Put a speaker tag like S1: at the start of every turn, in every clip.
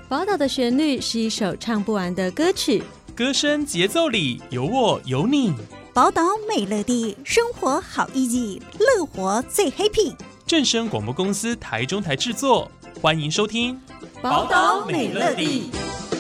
S1: 宝岛的旋律是一首唱不完的歌曲，
S2: 歌声节奏里有我有你。
S3: 宝岛美乐地，生活好 easy， 乐活最 happy。
S2: 正声广播公司台中台制作，欢迎收听
S1: 宝岛美乐地。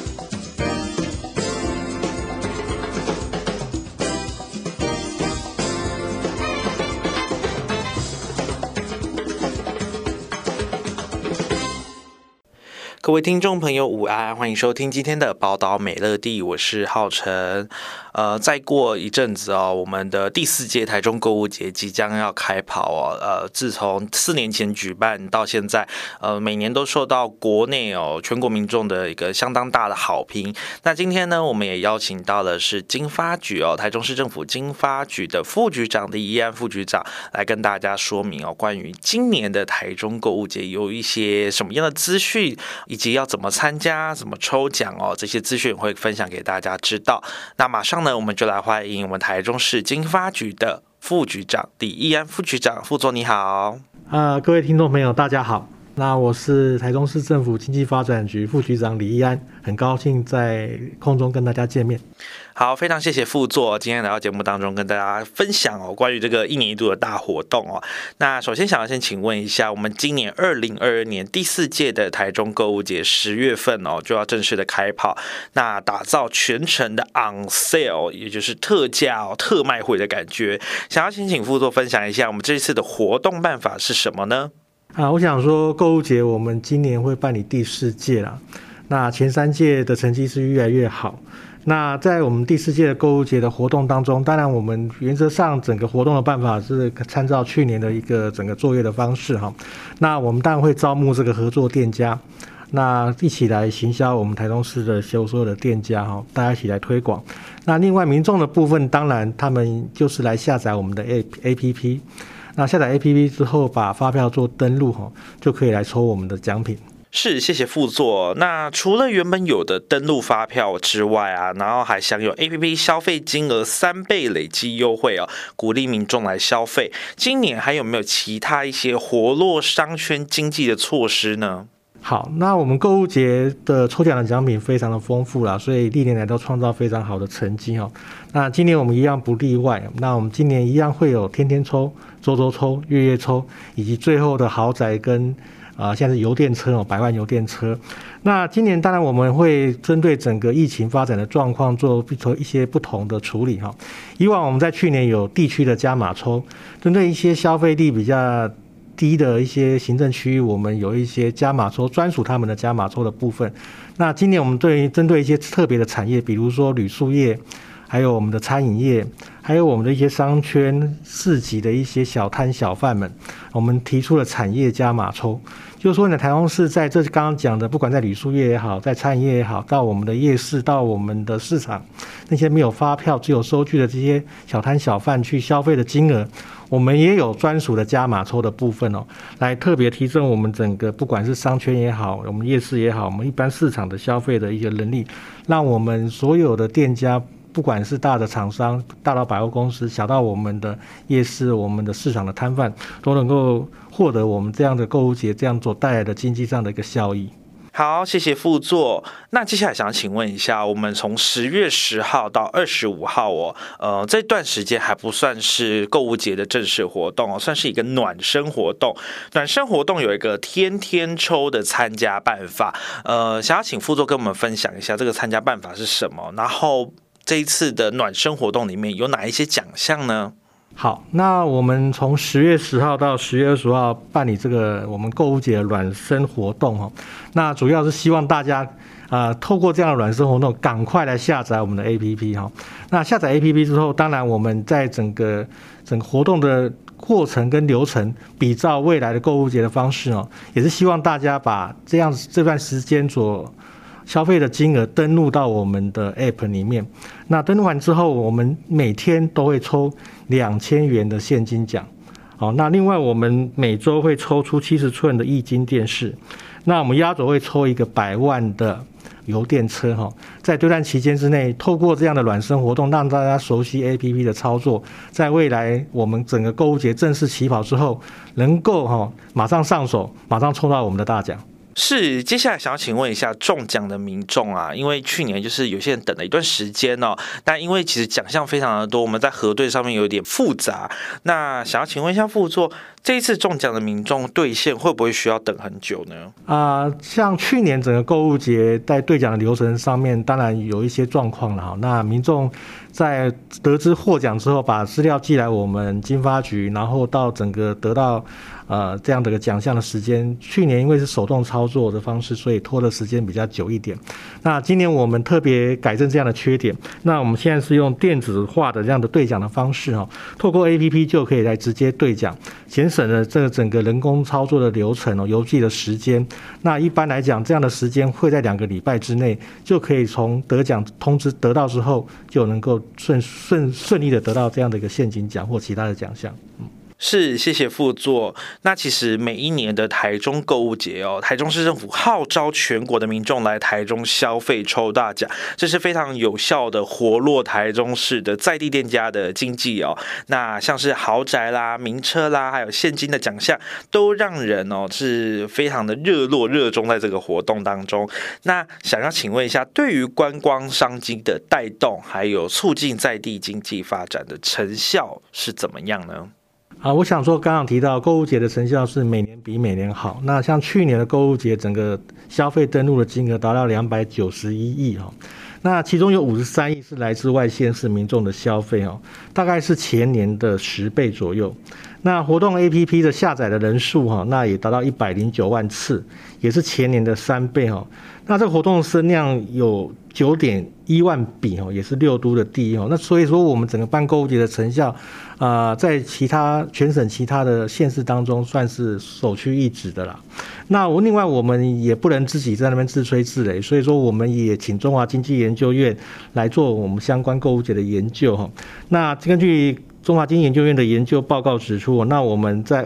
S4: 各位听众朋友午安，欢迎收听今天的宝岛美乐地，我是浩辰。再过一阵子哦，我们的第4届台中购物节即将要开跑哦。自从4年前举办到现在，每年都受到国内全国民众的一个相当大的好评。那今天呢，我们也邀请到的是经发局台中市政府经发局的副局长李宜安副局长来跟大家说明关于今年的台中购物节有一些什么样的资讯，以及要怎么参加、怎么抽奖这些资讯会分享给大家知道。那马上呢，我们就来欢迎我们台中市经发局的副局长李宜安副局长。副座你好。
S5: 各位听众朋友大家好，那我是台中市政府经济发展局副局长李宜安，很高兴在空中跟大家见面。
S4: 好，非常谢谢副座今天来到节目当中跟大家分享关于这个1年1度的大活动那首先想要先请问一下，我们今年2022年第4届的台中购物节10月份就要正式的开跑，那打造全程的 on sale， 也就是特价特卖会的感觉。想要先请副座分享一下我们这次的活动办法是什么呢？
S5: 我想说购物节我们今年会办理第4届啦，那前3届的成绩是越来越好。那在我们第4届的购物节的活动当中，当然我们原则上整个活动的办法是参照去年的一个整个作业的方式哈。那我们当然会招募这个合作店家，那一起来行销我们台中市的所有的店家哈，大家一起来推广。那另外民众的部分，当然他们就是来下载我们的 APP。那下载 APP 之后，把发票做登录就可以来抽我们的奖品。
S4: 是，谢谢副座。那除了原本有的登录发票之外然后还享有 APP 消费金额3倍累积优惠鼓励民众来消费。今年还有没有其他一些活络商圈经济的措施呢？
S5: 好，那我们购物节的抽奖的奖品非常的丰富啦，所以历年来都创造非常好的成绩那今年我们一样不例外，那我们今年一样会有天天抽、周周抽、月月抽，以及最后的豪宅跟现在是油电车100万油电车。那今年当然我们会针对整个疫情发展的状况做一些不同的处理以往我们在去年有地区的加码抽，针对一些消费力比较低的一些行政区域，我们有一些加码抽，专属他们的加码抽的部分。那今年我们针对一些特别的产业，比如说旅宿业，还有我们的餐饮业，还有我们的一些商圈市集的一些小摊小贩们，我们提出了产业加码抽。就是说呢，台中市在这刚刚讲的，不管在旅宿业也好，在餐饮业也好，到我们的夜市，到我们的市场，那些没有发票只有收据的这些小摊小贩去消费的金额，我们也有专属的加码抽的部分来特别提升我们整个不管是商圈也好，我们夜市也好，我们一般市场的消费的一个能力，让我们所有的店家，不管是大的厂商，大到百货公司，小到我们的夜市，我们的市场的摊贩，都能够获得我们这样的购物节这样所带来的经济上的一个效益。
S4: 好，谢谢副座。那接下来想请问一下，我们从10月10号到25号这段时间还不算是购物节的正式活动算是一个暖身活动。暖身活动有一个天天抽的参加办法，想要请副座跟我们分享一下这个参加办法是什么，然后这一次的暖身活动里面有哪一些奖项呢？
S5: 好，那我们从10月10号到10月20号办理这个我们购物节的暖身活动那主要是希望大家透过这样的暖身活动，赶快来下载我们的 APP 那下载 APP 之后，当然我们在整个活动的过程跟流程，比照未来的购物节的方式也是希望大家把这段时间所消费的金额登录到我们的 App 里面。那登录完之后，我们每天都会抽2000元的现金奖。那另外我们每周会抽出70寸的液晶电视。那我们压轴会抽一个100万的油电车在对战期间之内，透过这样的暖身活动，让大家熟悉 APP 的操作，在未来我们整个购物节正式起跑之后，能够马上上手，马上抽到我们的大奖。
S4: 是，接下来想要请问一下中奖的民众啊，因为去年就是有些人等了一段时间哦，但因为其实奖项非常的多，我们在核对上面有点复杂。那想要请问一下副座，这一次中奖的民众兑现会不会需要等很久呢？
S5: 像去年整个购物节在兑奖的流程上面，当然有一些状况了哈。那民众在得知获奖之后，把资料寄来我们经发局，然后到整个得到这样的一个奖项的时间，去年因为是手动操作的方式，所以拖的时间比较久一点。那今年我们特别改正这样的缺点，那我们现在是用电子化的这样的兑奖的方式哈，透过 APP 就可以来直接兑奖，节省了这个整个人工操作的流程邮寄的时间。那一般来讲，这样的时间会在2个礼拜之内，就可以从得奖通知得到之后，就能够顺利的得到这样的一个现金奖或其他的奖项。
S4: 是，谢谢副座。那其实每一年的台中购物节台中市政府号召全国的民众来台中消费抽大奖，这是非常有效的活络台中市的在地店家的经济那像是豪宅啦、名车啦，还有现金的奖项，都让人是非常的热络热衷在这个活动当中。那想要请问一下，对于观光商机的带动，还有促进在地经济发展的成效是怎么样呢？
S5: 我想说，刚刚提到购物节的成效是每年比每年好。那像去年的购物节，整个消费登录的金额达到291亿那其中有53亿是来自外县市民众的消费大概是前年的10倍左右。那活动 APP 的下载的人数那也达到109万次，也是前年的3倍那这个活动的声量有9.1万笔也是6都的第一那所以说我们整个办购物节的成效在全省其他的县市当中算是首屈一指的啦。那另外我们也不能自己在那边自吹自擂，所以说我们也请中华经济研究院来做我们相关购物节的研究那根据中华经济研究院的研究报告指出那我们在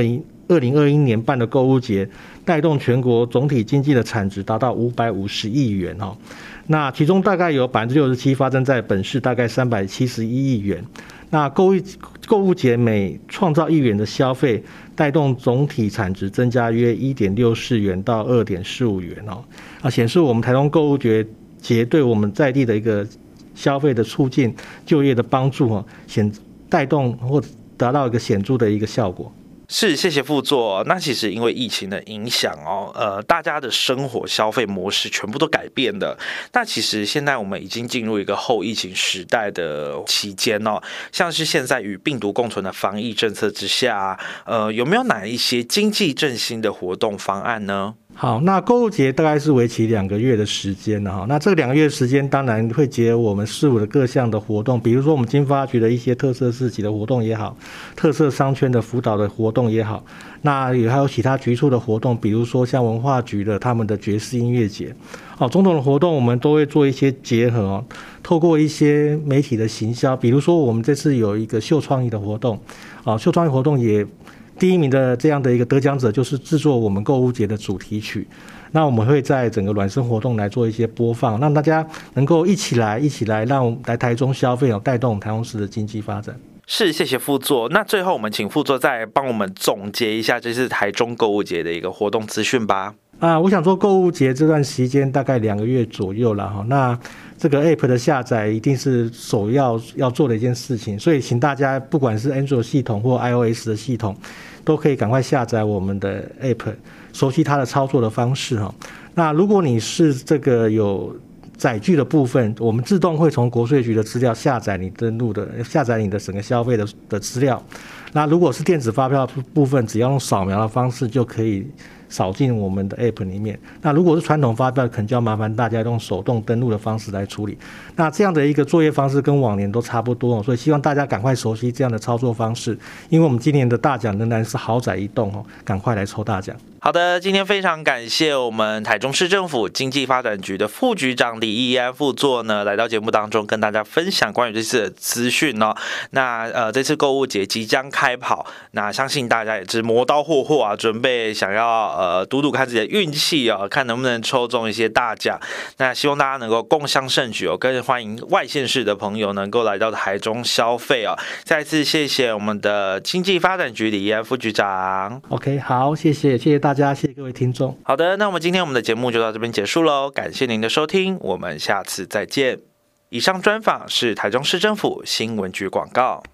S5: 2021年办的购物节，带动全国总体经济的产值达到550亿元那其中大概有67%发生在本市，大概371亿元。那购物节每创造1元的消费，带动总体产值增加约1.64元到2.45元显示我们台中购物节对我们在地的一个消费的促进、就业的帮助带动或达到一个显著的一个效果。
S4: 是，谢谢副座。那其实因为疫情的影响大家的生活消费模式全部都改变了。那其实现在我们已经进入一个后疫情时代的期间像是现在与病毒共存的防疫政策之下有没有哪一些经济振兴的活动方案呢？
S5: 好，那购物节大概是为期2个月的时间那这2个月的时间当然会结合我们市府的各项的活动，比如说我们经发局的一些特色市集的活动也好，特色商圈的辅导的活动也好，那也还有其他局处的活动，比如说像文化局的他们的爵士音乐节种种的活动我们都会做一些结合透过一些媒体的行销，比如说我们这次有一个秀创意的活动秀创意活动也第1名的这样的一个得奖者就是制作我们购物节的主题曲，那我们会在整个暖身活动来做一些播放，让大家能够一起来让来台中消费带动台中市的经济发展。
S4: 是，谢谢副座。那最后我们请副座再帮我们总结一下这次台中购物节的一个活动资讯吧。
S5: 我想说购物节这段时间大概2个月左右了那这个 App 的下载一定是首要做的一件事情，所以请大家不管是 Android 系统或 iOS 的系统，都可以赶快下载我们的 App， 熟悉它的操作的方式那如果你是这个有载具的部分，我们自动会从国税局的资料下载你的整个消费的资料。那如果是电子发票的部分，只要用扫描的方式就可以扫进我们的 App 里面。那如果是传统发票，可能就要麻烦大家用手动登录的方式来处理。那这样的一个作业方式跟往年都差不多所以希望大家赶快熟悉这样的操作方式，因为我们今年的大奖仍然是豪宅一栋赶快来抽大奖。
S4: 好的，今天非常感谢我们台中市政府经济发展局的副局长李义安副座呢，来到节目当中跟大家分享关于这次的资讯那这次购物节即将开跑，那相信大家也是磨刀霍霍准备想要赌赌看自己的运气看能不能抽中一些大奖。那希望大家能够共襄盛举更欢迎外县市的朋友能够来到台中消费再一次谢谢我们的经济发展局李义安副局长。
S5: OK， 好，谢谢大家。 大家，谢谢各位听众。
S4: 好的，那我们今天我们的节目就到这边结束喽，感谢您的收听，我们下次再见。以上专访是台中市政府新闻局广告。